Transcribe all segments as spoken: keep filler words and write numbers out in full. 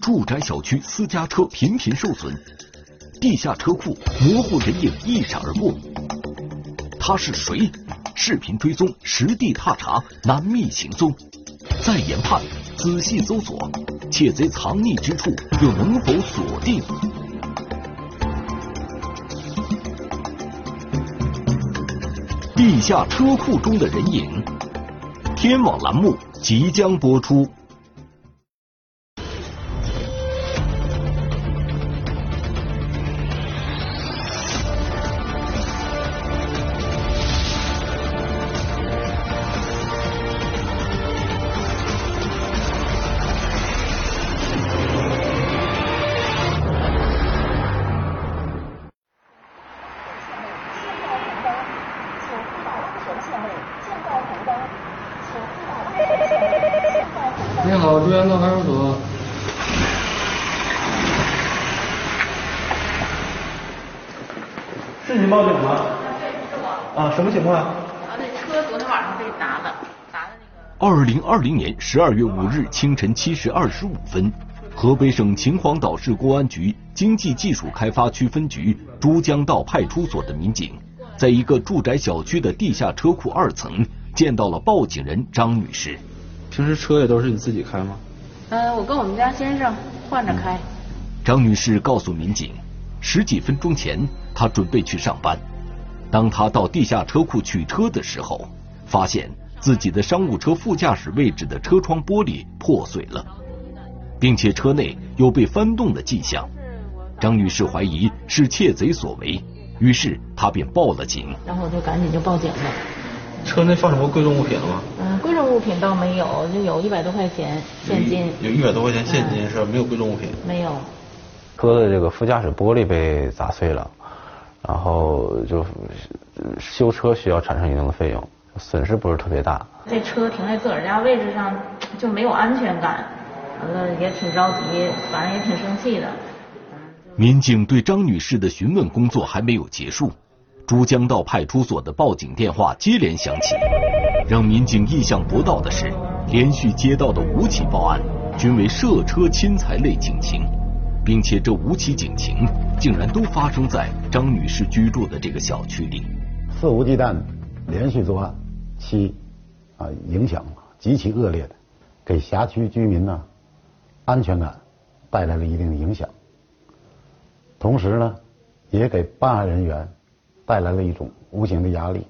住宅小区私家车频频受损，地下车库模糊人影一闪而过。他是谁？视频追踪，实地踏查，难觅行踪。再研判，仔细搜索，窃贼藏匿之处又能否锁定？地下车库中的人影，天网栏目即将播出。 你好，朱元道派出所。 是您报警吗？啊，什么情况？ 啊，那车昨天晚上被砸了，砸的那个。 二零二零年十二月五日清晨七时二十五分，河北省秦皇岛市公安局经济技术开发区分局珠江道派出所的民警，在一个住宅小区的地下车库二层见到了报警人张女士。 平时车也都是你自己开吗？ 嗯、呃，我跟我们家先生换着开。 张女士告诉民警，十几分钟前她准备去上班，当她到地下车库取车的时候，发现自己的商务车副驾驶位置的车窗玻璃破碎了，并且车内有被翻动的迹象。张女士怀疑是窃贼所为，于是她便报了警。 然后我就赶紧就报警了。 车内放什么贵重物品了吗？ 嗯、呃，贵重物品倒没有，就有一百多块钱现金。 有一百多块钱现金、嗯、是吧？没有贵重物品。 没有。 车的这个副驾驶玻璃被砸碎了，然后就修车需要产生一定的费用，损失不是特别大。 这车停在自个儿家位置上就没有安全感，完了也挺着急，反正也挺生气的。 民警对张女士的询问工作还没有结束，珠江道派出所的报警电话接连响起。让民警意想不到的是，连续接到的五起报案均为涉车侵财类警情，并且这五起警情竟然都发生在张女士居住的这个小区里。 肆无忌惮连续作案，其啊影响极其恶劣的，给辖区居民呢安全感带来了一定的影响，同时呢也给办案人员带来了一种无形的压力。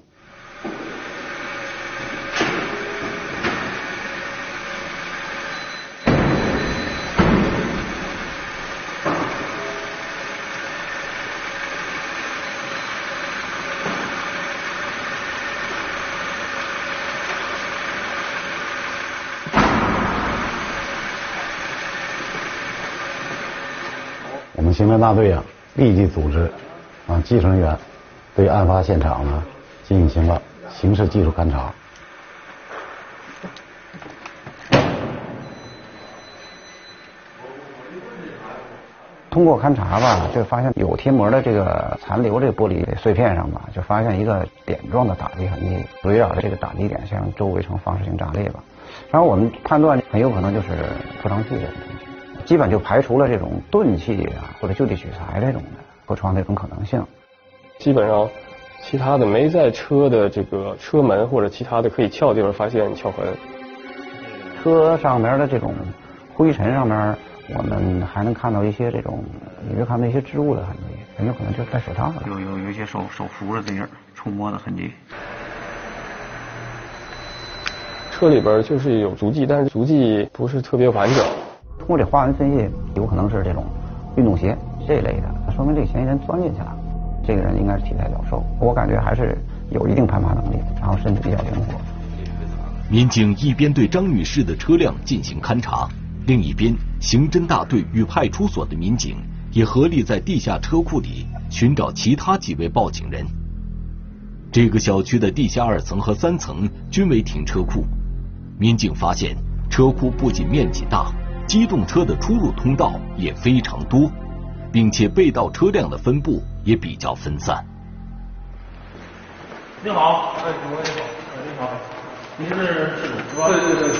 我们刑侦大队啊，立即组织啊技术人员对案发现场呢进行了刑事技术勘查。通过勘查吧，就发现有贴膜的这个残留这个玻璃碎片上吧，就发现一个点状的打击痕迹，围绕着这个打击点向周围呈放射性炸裂吧。然后我们判断很有可能就是破窗器这种东西。基本就排除了这种钝器啊或者就地取材这种的破窗这种可能性。 基本上，其他的没在车的这个车门或者其他的可以撬地方发现撬痕。 车上面的这种灰尘上面，我们还能看到一些这种，也就看到一些织物的痕迹，很有可能就是戴手套了。 有有有一些手手扶的这样触摸的痕迹。 车里边就是有足迹，但是足迹不是特别完整。 通过这花纹分析，有可能是这种运动鞋这一类的，那说明这个嫌疑人钻进去了。这个人应该是体态较瘦，我感觉还是有一定攀爬能力，然后身体比较灵活。 民警一边对张女士的车辆进行勘查，另一边刑侦大队与派出所的民警也合力在地下车库里寻找其他几位报警人。这个小区的地下二层和三层均为停车库，民警发现车库不仅面积大，机动车的出入通道也非常多，并且被盗车辆的分布也比较分散。 你好，哎，主播你好，你好，您是事主是吧？对对对。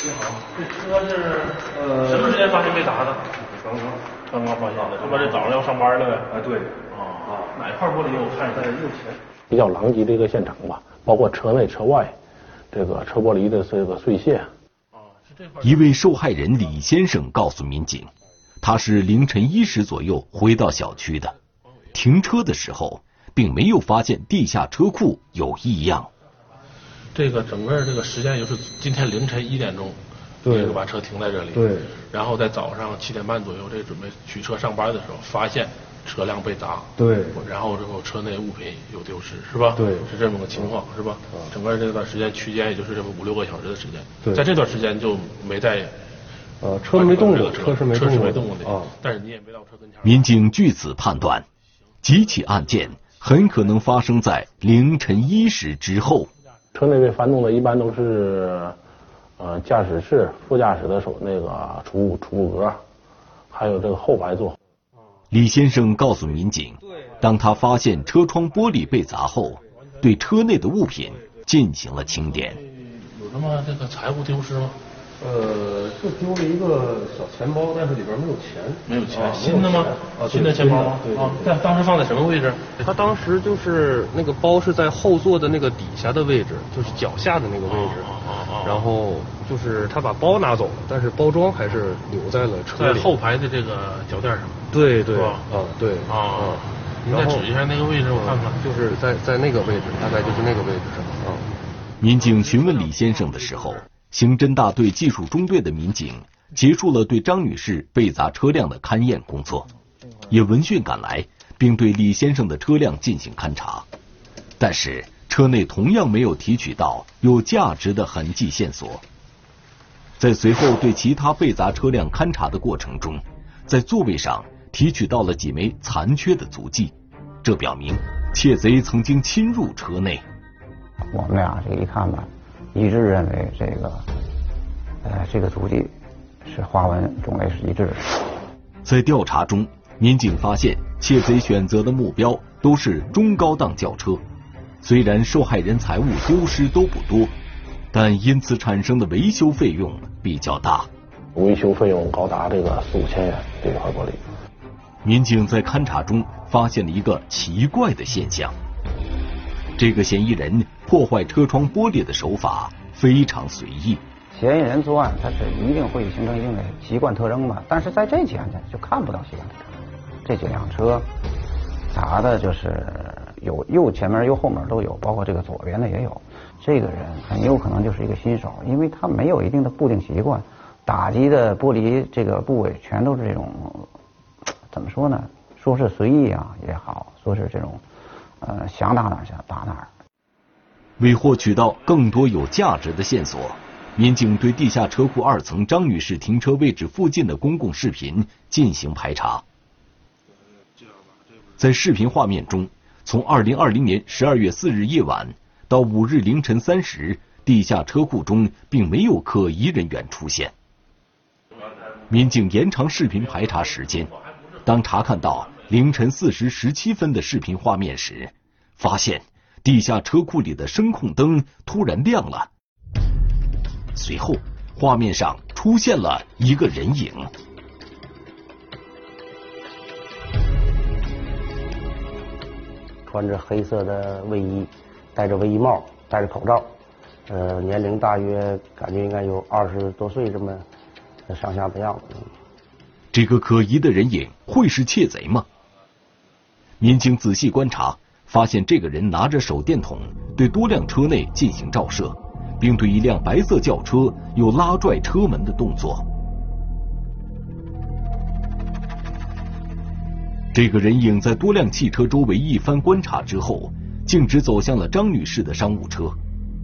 你好，这车是呃什么时间发现被砸的？刚刚刚刚发现的，这不是早上要上班了呗？ 啊，对。 啊啊，哪块玻璃我看一下，右前。 比较狼藉的一个现场吧，包括车内车外，这个车玻璃的这个碎屑。 一位受害人李先生告诉民警，他是凌晨一时左右回到小区的，停车的时候并没有发现地下车库有异样。 这个整个这个时间就是今天凌晨一点钟， 对， 这个把车停在这里， 对， 然后在早上七点半左右，这准备取车上班的时候，发现车辆被砸， 对， 然后之后车内物品有丢失，是吧？ 对， 是这么个情况，是吧？啊，整个这段时间区间也就是这么五六个小时的时间， 对， 在这段时间就没在， 呃，车没动过，车是没车是没动过的啊，但是你也没到车跟前。 民警据此判断，几起案件很可能发生在凌晨一时之后。 车内被翻动的一般都是，呃，驾驶室、副驾驶的手那个储物储物格，还有这个后排座。 李先生告诉民警，当他发现车窗玻璃被砸后，对车内的物品进行了清点。 有什么这个财物丢失吗？ 呃，就丢了一个小钱包，但是里边没有钱。 没有钱， 啊、 新的吗？ 啊， 新的钱包吗？ 对。 啊，在当时放在什么位置？ 他当时就是那个包是在后座的那个底下的位置，就是脚下的那个位置。 啊啊。 然后就是他把包拿走了，但是包装还是留在了车里。 在后排的这个脚垫上。 对对。 啊， 对。 啊。您再指一下那个位置，我看看。 就是在在那个位置，大概就是那个位置上。啊。 民警询问李先生的时候，刑侦大队技术中队的民警结束了对张女士被砸车辆的勘验工作，也闻讯赶来，并对李先生的车辆进行勘查。但是车内同样没有提取到有价值的痕迹线索。在随后对其他被砸车辆勘查的过程中，在座位上提取到了几枚残缺的足迹，这表明窃贼曾经侵入车内。 我们俩这一看吧，一致认为这个，呃，这个足迹是花纹种类是一致的。 在调查中，民警发现窃贼选择的目标都是中高档轿车，虽然受害人财物丢失都不多，但因此产生的维修费用比较大， 维修费用高达这个四五千元这块玻璃。 民警在勘查中发现了一个奇怪的现象。这个嫌疑人破坏车窗玻璃的手法非常随意。 嫌疑人作案，他是一定会形成一定的习惯特征嘛，但是在这起案件就看不到习惯特征。这几辆车砸的就是有右前面右后面都有，包括这个左边的也有。这个人很有可能就是一个新手，因为他没有一定的固定习惯，打击的玻璃这个部位全都是这种，怎么说呢？说是随意啊也好，说是这种。呃，想打哪儿打哪儿。 为获取到更多有价值的线索，民警对地下车库二层张女士停车位置附近的公共视频进行排查。在视频画面中，从二零二零年十二月四日夜晚到五日凌晨三时，地下车库中并没有可疑人员出现。民警延长视频排查时间，当查看到凌晨四时十七分的视频画面时，发现地下车库里的声控灯突然亮了，随后画面上出现了一个人影。 穿着黑色的卫衣，戴着卫衣帽，戴着口罩，呃，年龄大约感觉应该有二十多岁这么上下的样子。 这个可疑的人影会是窃贼吗？民警仔细观察，发现这个人拿着手电筒对多辆车内进行照射，并对一辆白色轿车有拉拽车门的动作。这个人影在多辆汽车周围一番观察之后，径直走向了张女士的商务车。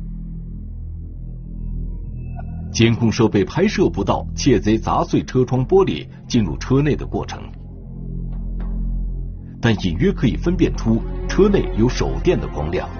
监控设备拍摄不到窃贼砸碎车窗玻璃进入车内的过程，但隐约可以分辨出车内有手电的光亮。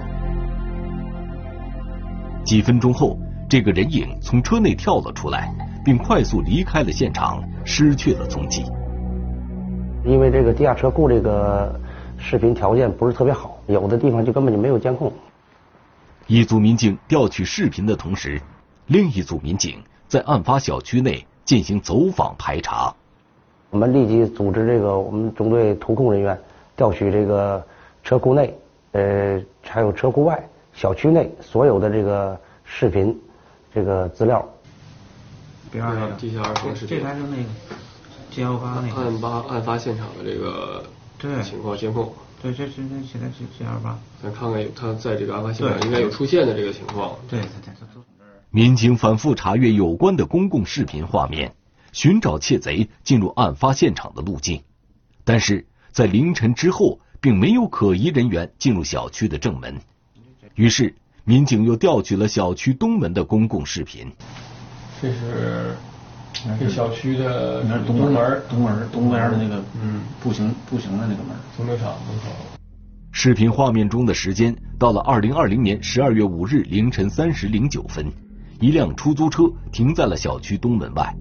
几分钟后，这个人影从车内跳了出来，并快速离开了现场，失去了踪迹。 因为这个地下车库这个视频条件不是特别好，有的地方就根本就没有监控。 一组民警调取视频的同时，另一组民警在案发小区内进行走访排查。 我们立即组织这个我们中队图控人员调取这个车库内，呃，还有车库外、小区内所有的这个视频这个资料。 第二个地下二层视频， 这才是那个 G 幺八那个案发案发现场的这个对情况监控。 对，这是这现在是 G 幺八。 咱看看有他在这个案发现场应该有出现的这个情况。 对对对。 民警反复查阅有关的公共视频画面，寻找窃贼进入案发现场的路径，但是在凌晨之后，并没有可疑人员进入小区的正门。于是，民警又调取了小区东门的公共视频。 这是这小区的那是东门，东门东边的那个嗯步行步行的那个门， 停车场门口。 视频画面中的时间到了二零二零年十二月五日凌晨三时零九分，一辆出租车停在了小区东门外。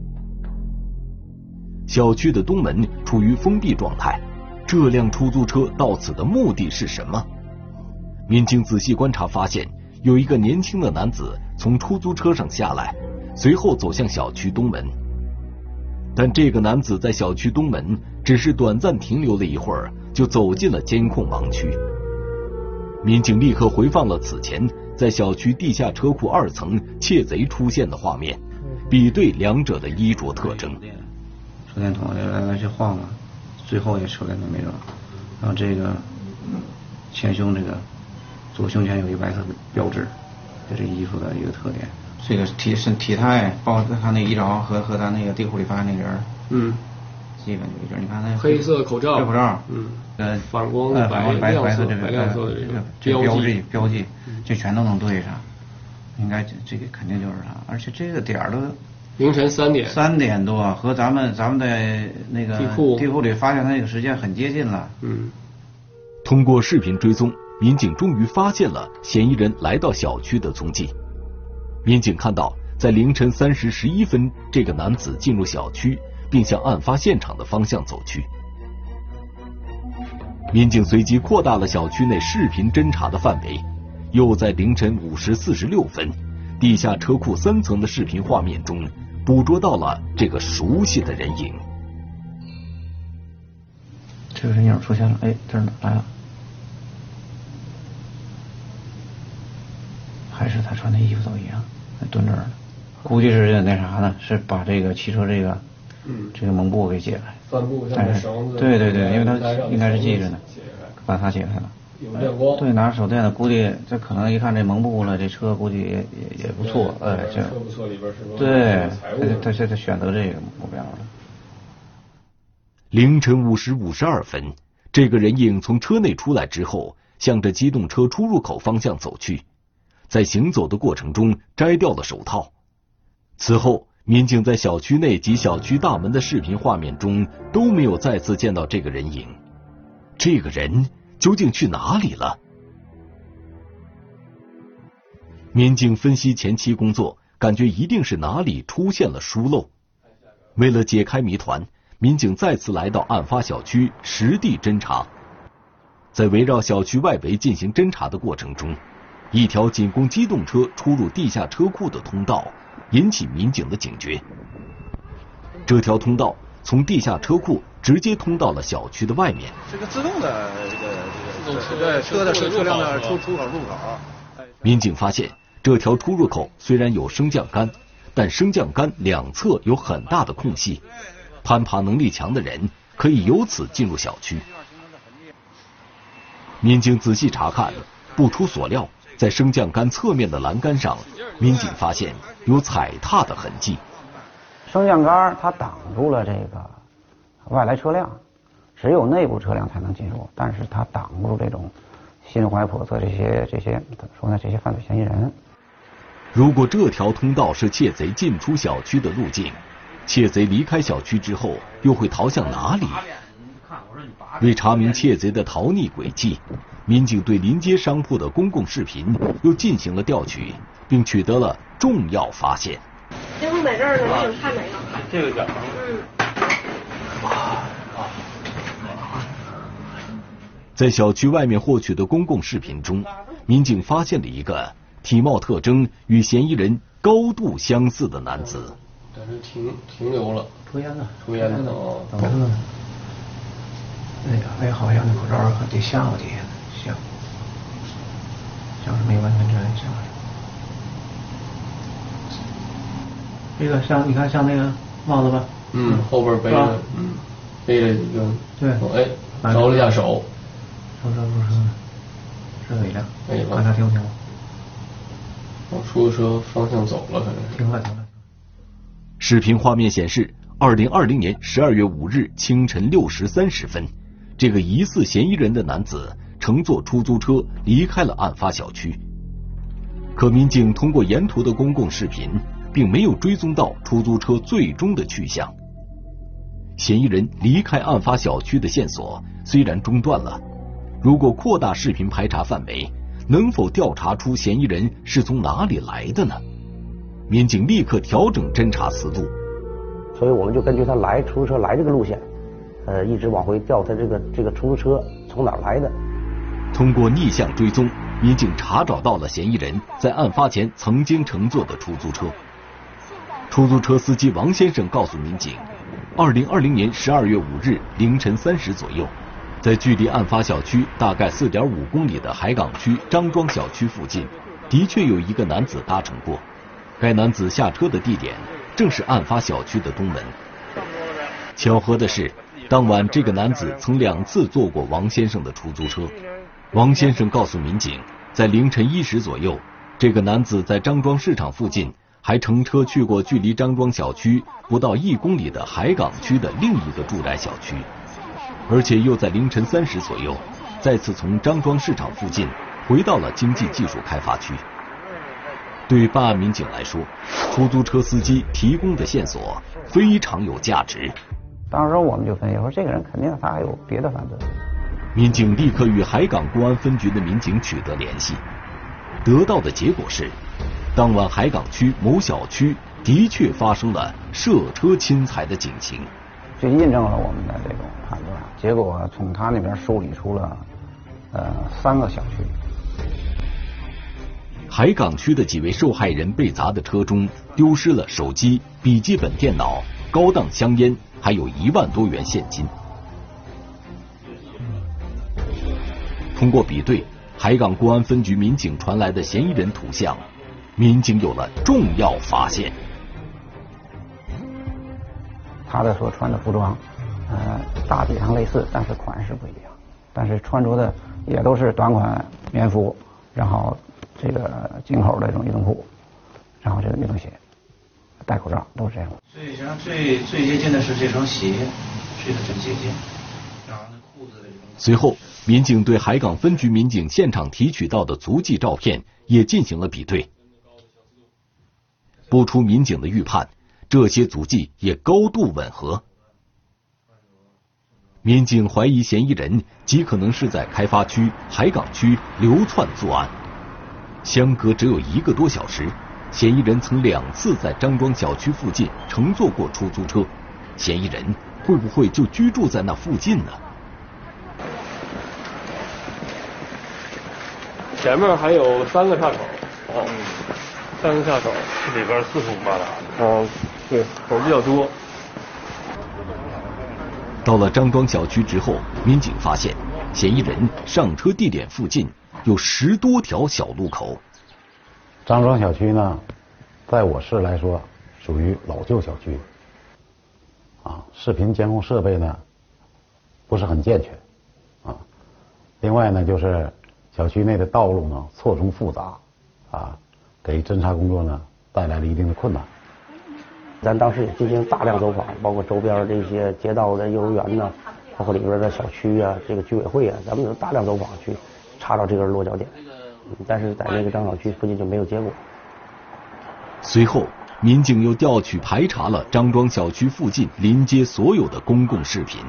小区的东门处于封闭状态，这辆出租车到此的目的是什么？民警仔细观察发现，有一个年轻的男子从出租车上下来，随后走向小区东门。但这个男子在小区东门只是短暂停留了一会儿，就走进了监控盲区。民警立刻回放了此前在小区地下车库二层窃贼出现的画面，比对两者的衣着特征。 手电筒来来去晃了，最后也手电筒没有。然后这个前胸这个左胸前有一个白色的标志，这是衣服的一个特点。这个体身体态，包括他那衣着和和他那个地库里发现那人， 嗯， 基本就一致。你看那黑色口罩， 黑口罩， 嗯， 呃， 反光呃，反光白白色这个白亮色的这个这个标记标记， 嗯， 这全都能对上，应该这个肯定就是他，而且这个点儿都凌晨三点， 三点多，和咱们咱们在那个地库地库里发现他那个时间很接近了。 嗯， 通过视频追踪，民警终于发现了嫌疑人来到小区的踪迹。民警看到，在凌晨三时十一分，这个男子进入小区，并向案发现场的方向走去。民警随即扩大了小区内视频侦查的范围，又在凌晨五时四十六分，地下车库三层的视频画面中捕捉到了这个熟悉的人影。 这个人影出现了，哎，这儿呢，来了，还是他穿的衣服都一样，蹲这儿呢。估计是那啥呢，是把这个汽车这个，嗯，这个蒙布给解开。 帆布上面绳子。 对对对，因为他应该是系着呢，把它解开了。 有亮光。 对，拿着手电的，估计这可能一看这蒙布了，这车估计也也也不错，哎，这车不错，里边是不是？ 对，他他他选择这个目标了。 凌晨五时五十二分，这个人影从车内出来之后，向着机动车出入口方向走去，在行走的过程中摘掉了手套。此后，民警在小区内及小区大门的视频画面中都没有再次见到这个人影。这个人究竟去哪里了？民警分析前期工作，感觉一定是哪里出现了疏漏。为了解开谜团，民警再次来到案发小区实地侦查。在围绕小区外围进行侦查的过程中，一条仅供机动车出入地下车库的通道引起民警的警觉。这条通道从地下车库直接通到了小区的外面。 这个自动的这个这个对车的车辆的出出口入口。 民警发现，这条出入口虽然有升降杆，但升降杆两侧有很大的空隙，攀爬能力强的人可以由此进入小区。民警仔细查看，不出所料，在升降杆侧面的栏杆上，民警发现有踩踏的痕迹。 升降杆它挡住了这个外来车辆，只有内部车辆才能进入，但是它挡不住这种心怀叵测这些这些怎么说呢？这些犯罪嫌疑人。 如果这条通道是窃贼进出小区的路径，窃贼离开小区之后又会逃向哪里？为查明窃贼的逃匿轨迹，民警对临街商铺的公共视频又进行了调取，并取得了重要发现。 监控在这儿呢，你想看哪个？ 这个角。 嗯。 在小区外面获取的公共视频中，民警发现了一个体貌特征与嫌疑人高度相似的男子。 但是停停留了， 抽烟呢？ 抽烟呢？哦。 等着呢。那个，哎，好像那口罩可得下巴底下，像，像是没完全摘，像是。这个像，你看像那个帽子吧？ 嗯，后边背着，嗯，背着一个。对。哎，着了一下手。 手手不是，是尾梁。 哎， 看他停不停？ 往出租车方向走了，可能是。 停了，停了。 视频画面显示，二零二零年十二月五日清晨六时三十分，这个疑似嫌疑人的男子乘坐出租车离开了案发小区。可民警通过沿途的公共视频，并没有追踪到出租车最终的去向。嫌疑人离开案发小区的线索虽然中断了，如果扩大视频排查范围，能否调查出嫌疑人是从哪里来的呢？民警立刻调整侦查思路， 所以我们就根据他来出租车来这个路线，呃，一直往回调他这个这个出租车从哪儿来的。 通过逆向追踪，民警查找到了嫌疑人在案发前曾经乘坐的出租车。出租车司机王先生告诉民警，二零二零年十二月五日凌晨三时左右，在距离案发小区大概四点五公里的海港区张庄小区附近，的确有一个男子搭乘过。该男子下车的地点正是案发小区的东门。巧合的是，当晚这个男子曾两次坐过王先生的出租车。王先生告诉民警，在凌晨一时左右，这个男子在张庄市场附近还乘车去过距离张庄小区不到一公里的海港区的另一个住宅小区，而且又在凌晨三时左右再次从张庄市场附近回到了经济技术开发区。对办案民警来说，出租车司机提供的线索非常有价值。 当时我们就分析说，这个人肯定他还有别的犯罪。 民警立刻与海港公安分局的民警取得联系，得到的结果是，当晚海港区某小区的确发生了涉车侵财的警情， 就印证了我们的这种判断。结果从他那边梳理出了呃三个小区。 海港区的几位受害人被砸的车中丢失了手机、笔记本电脑、高档香烟，还有一万多元现金。通过比对海港公安分局民警传来的嫌疑人图像，民警有了重要发现。 他的所穿的服装，呃，大体上类似，但是款式不一样。但是穿着的也都是短款棉服，然后这个进口的这种运动裤，然后这个运动鞋，戴口罩，都是这样。 最像最最接近的是这双鞋，这个最接近。然后那裤子的这种。 随后，民警对海港分局民警现场提取到的足迹照片也进行了比对。不出民警的预判，这些足迹也高度吻合。民警怀疑嫌疑人极可能是在开发区、海港区流窜作案。相隔只有一个多小时，嫌疑人曾两次在张庄小区附近乘坐过出租车，嫌疑人会不会就居住在那附近呢？ 前面还有三个岔口，哦，三个岔口， 这里边四通八达的。哦，对，口比较多。 到了张庄小区之后，民警发现嫌疑人上车地点附近有十多条小路口。 张庄小区呢，在我市来说属于老旧小区，啊，视频监控设备呢不是很健全，啊，另外呢就是小区内的道路呢错综复杂，啊，给侦查工作呢带来了一定的困难。 咱当时也进行大量走访，包括周边这些街道的幼儿园呢，包括里边的小区啊，这个居委会啊，咱们有大量走访去查找这个落脚点，但是在那个张小区附近就没有结果。 随后，民警又调取排查了张庄小区附近临街所有的公共视频。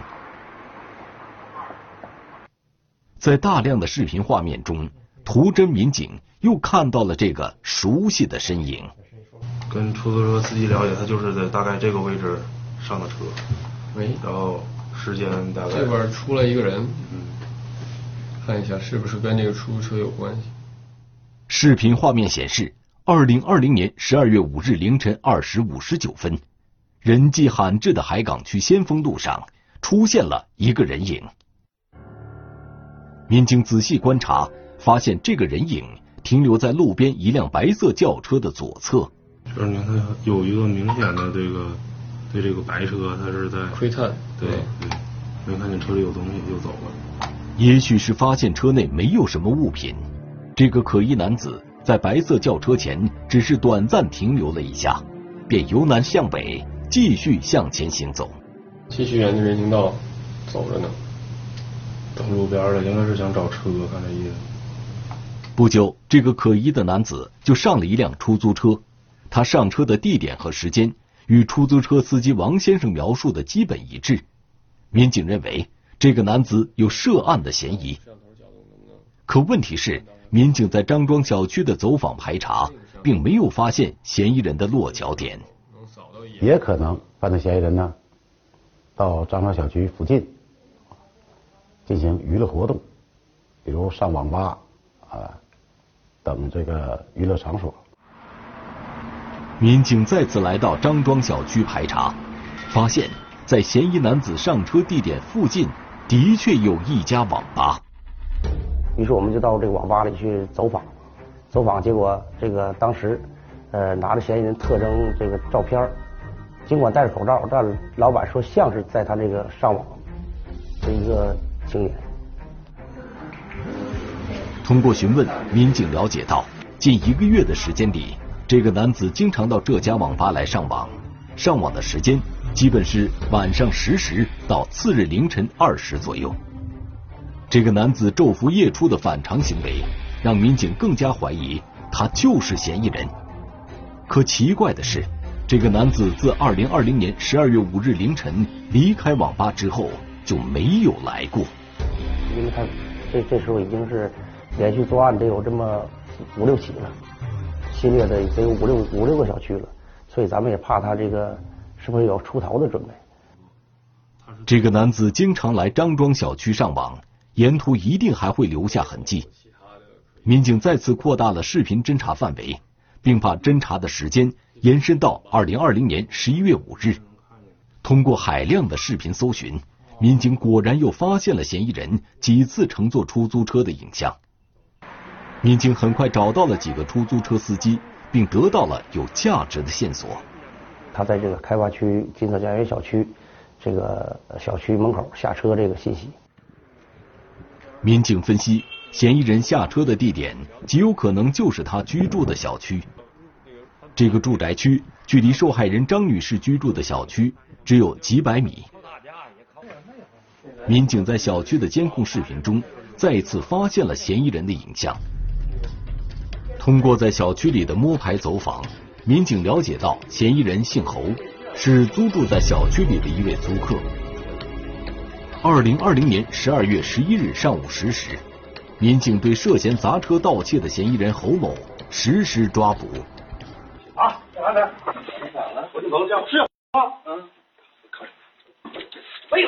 在大量的视频画面中，图侦民警又看到了这个熟悉的身影。 跟出租车司机了解，他就是在大概这个位置上的车。 喂， 然后时间大概这边出来一个人，嗯，看一下是不是跟这个出租车有关系。 视频画面显示，二零二零年十二月五日凌晨二时五十九分，人迹罕至的海港区先锋路上出现了一个人影。民警仔细观察，发现这个人影停留在路边一辆白色轿车的左侧。 就是你看，有一个明显的这个对这个白车，它是在窥探， 对对，没看见车里有东西就走了。 也许是发现车内没有什么物品，这个可疑男子在白色轿车前只是短暂停留了一下，便由南向北继续向前行走。 继续沿着人行道走着呢。 等路边的应该是想找车，看这意思。 不久，这个可疑的男子就上了一辆出租车，他上车的地点和时间与出租车司机王先生描述的基本一致。民警认为这个男子有涉案的嫌疑。可问题是，民警在张庄小区的走访排查，并没有发现嫌疑人的落脚点。 也可能犯罪嫌疑人呢，到张庄小区附近进行娱乐活动，比如上网吧啊等这个娱乐场所。 民警再次来到张庄小区排查，发现在嫌疑男子上车地点附近的确有一家网吧。 于是我们就到这个网吧里去走访，走访结果这个当时呃拿着嫌疑人特征这个照片，尽管戴着口罩，但老板说像是在他这个上网的一个青年。 通过询问，民警了解到，近一个月的时间里，这个男子经常到这家网吧来上网，上网的时间基本是晚上十时到次日凌晨二时左右。这个男子昼伏夜出的反常行为，让民警更加怀疑他就是嫌疑人。可奇怪的是，这个男子自二零二零年十二月五日凌晨离开网吧之后就没有来过。 因为他这这时候已经是连续作案得有这么五六起了，侵略的得有五六五六个小区了，所以咱们也怕他这个是不是有出逃的准备。 这个男子经常来张庄小区上网，沿途一定还会留下痕迹。民警再次扩大了视频侦查范围，并把侦查的时间延伸到二零二零年十一月五日。通过海量的视频搜寻，民警果然又发现了嫌疑人几次乘坐出租车的影像。民警很快找到了几个出租车司机，并得到了有价值的线索。 他在这个开发区金色家园小区这个小区门口下车这个信息。 民警分析，嫌疑人下车的地点极有可能就是他居住的小区。这个住宅区距离受害人张女士居住的小区只有几百米。民警在小区的监控视频中再次发现了嫌疑人的影像。通过在小区里的摸排走访，民警了解到嫌疑人姓侯，是租住在小区里的一位租客。二零二零年十二月十一日上午十时，民警对涉嫌砸车盗窃的嫌疑人侯某实施抓捕。 啊，干啥呢？我就走，这样是啊，嗯，哎呦，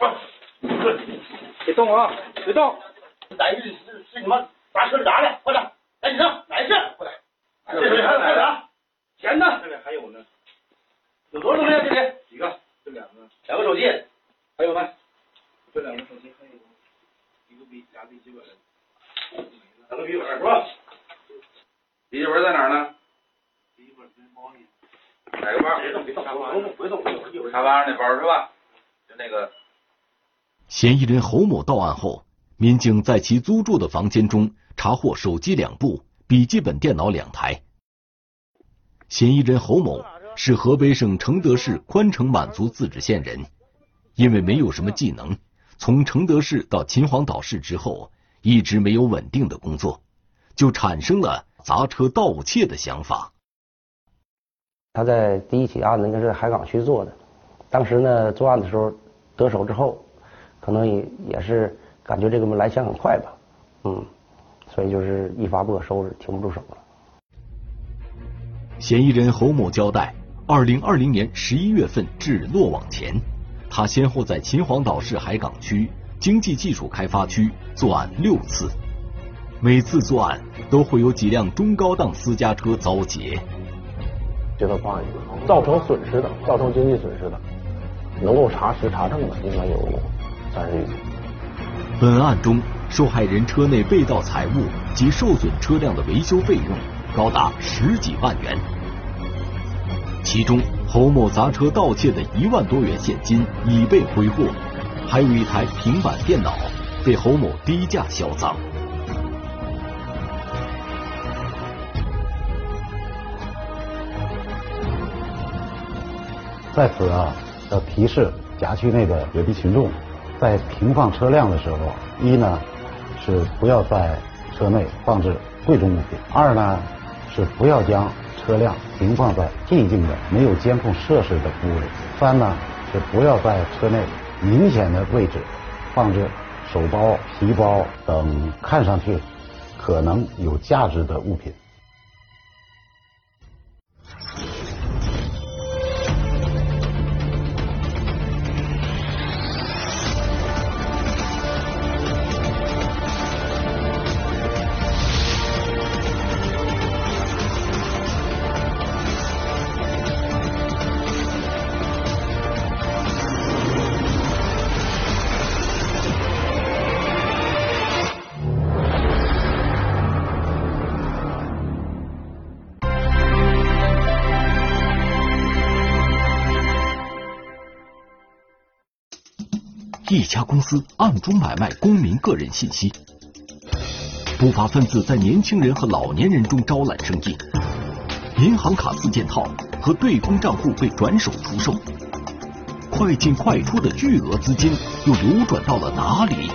别动啊，别动！逮是是是你妈砸车是啥的？快点，赶紧上，哪一事？快点！这里还有还有啥？钱呢？这里还有呢。有多少东西？这里几个？这两个，两个手机，还有呢？这两个手机还有一个笔，俩笔记本，两个笔记本是吧？笔记本在哪儿呢？笔记本在包里。哪个包？别动，别动，别动，别动，一会儿沙发上那包是吧？就那个。 嫌疑人侯某到案后，民警在其租住的房间中查获手机两部、笔记本电脑两台。嫌疑人侯某是河北省承德市宽城满族自治县人，因为没有什么技能，从承德市到秦皇岛市之后，一直没有稳定的工作，就产生了砸车盗窃的想法。 他在第一起案子应该是在海港区做的，当时呢作案的时候得手之后，可能也也是感觉这个来钱很快吧，嗯，所以就是一发不可收拾，停不住手了。 嫌疑人侯某交代，二零二零年十一月份至落网前，他先后在秦皇岛市海港区、经济技术开发区作案六次， 每次作案都会有几辆中高档私家车遭劫。 接到报案以后，造成损失的、造成经济损失的，能够查实查证的，应该有三十余起。 本案中，受害人车内被盗财物及受损车辆的维修费用高达十几万元，其中侯某砸车盗窃的一万多元现金已被挥获，还有一台平板电脑被侯某低价销赃。 在此啊，要提示辖区内的有的群众，在停放车辆的时候，一呢是不要在车内放置贵重物品；二呢是不要将车辆停放在寂静的没有监控设施的屋里；三呢是不要在车内明显的位置放置手包、皮包等看上去可能有价值的物品。 一家公司暗中买卖公民个人信息，不法分子在年轻人和老年人中招揽生意，银行卡四件套和对公账户被转手出售，快进快出的巨额资金又流转到了哪里？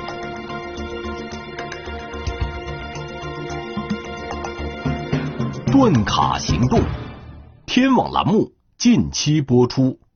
断卡行动，天网栏目近期播出。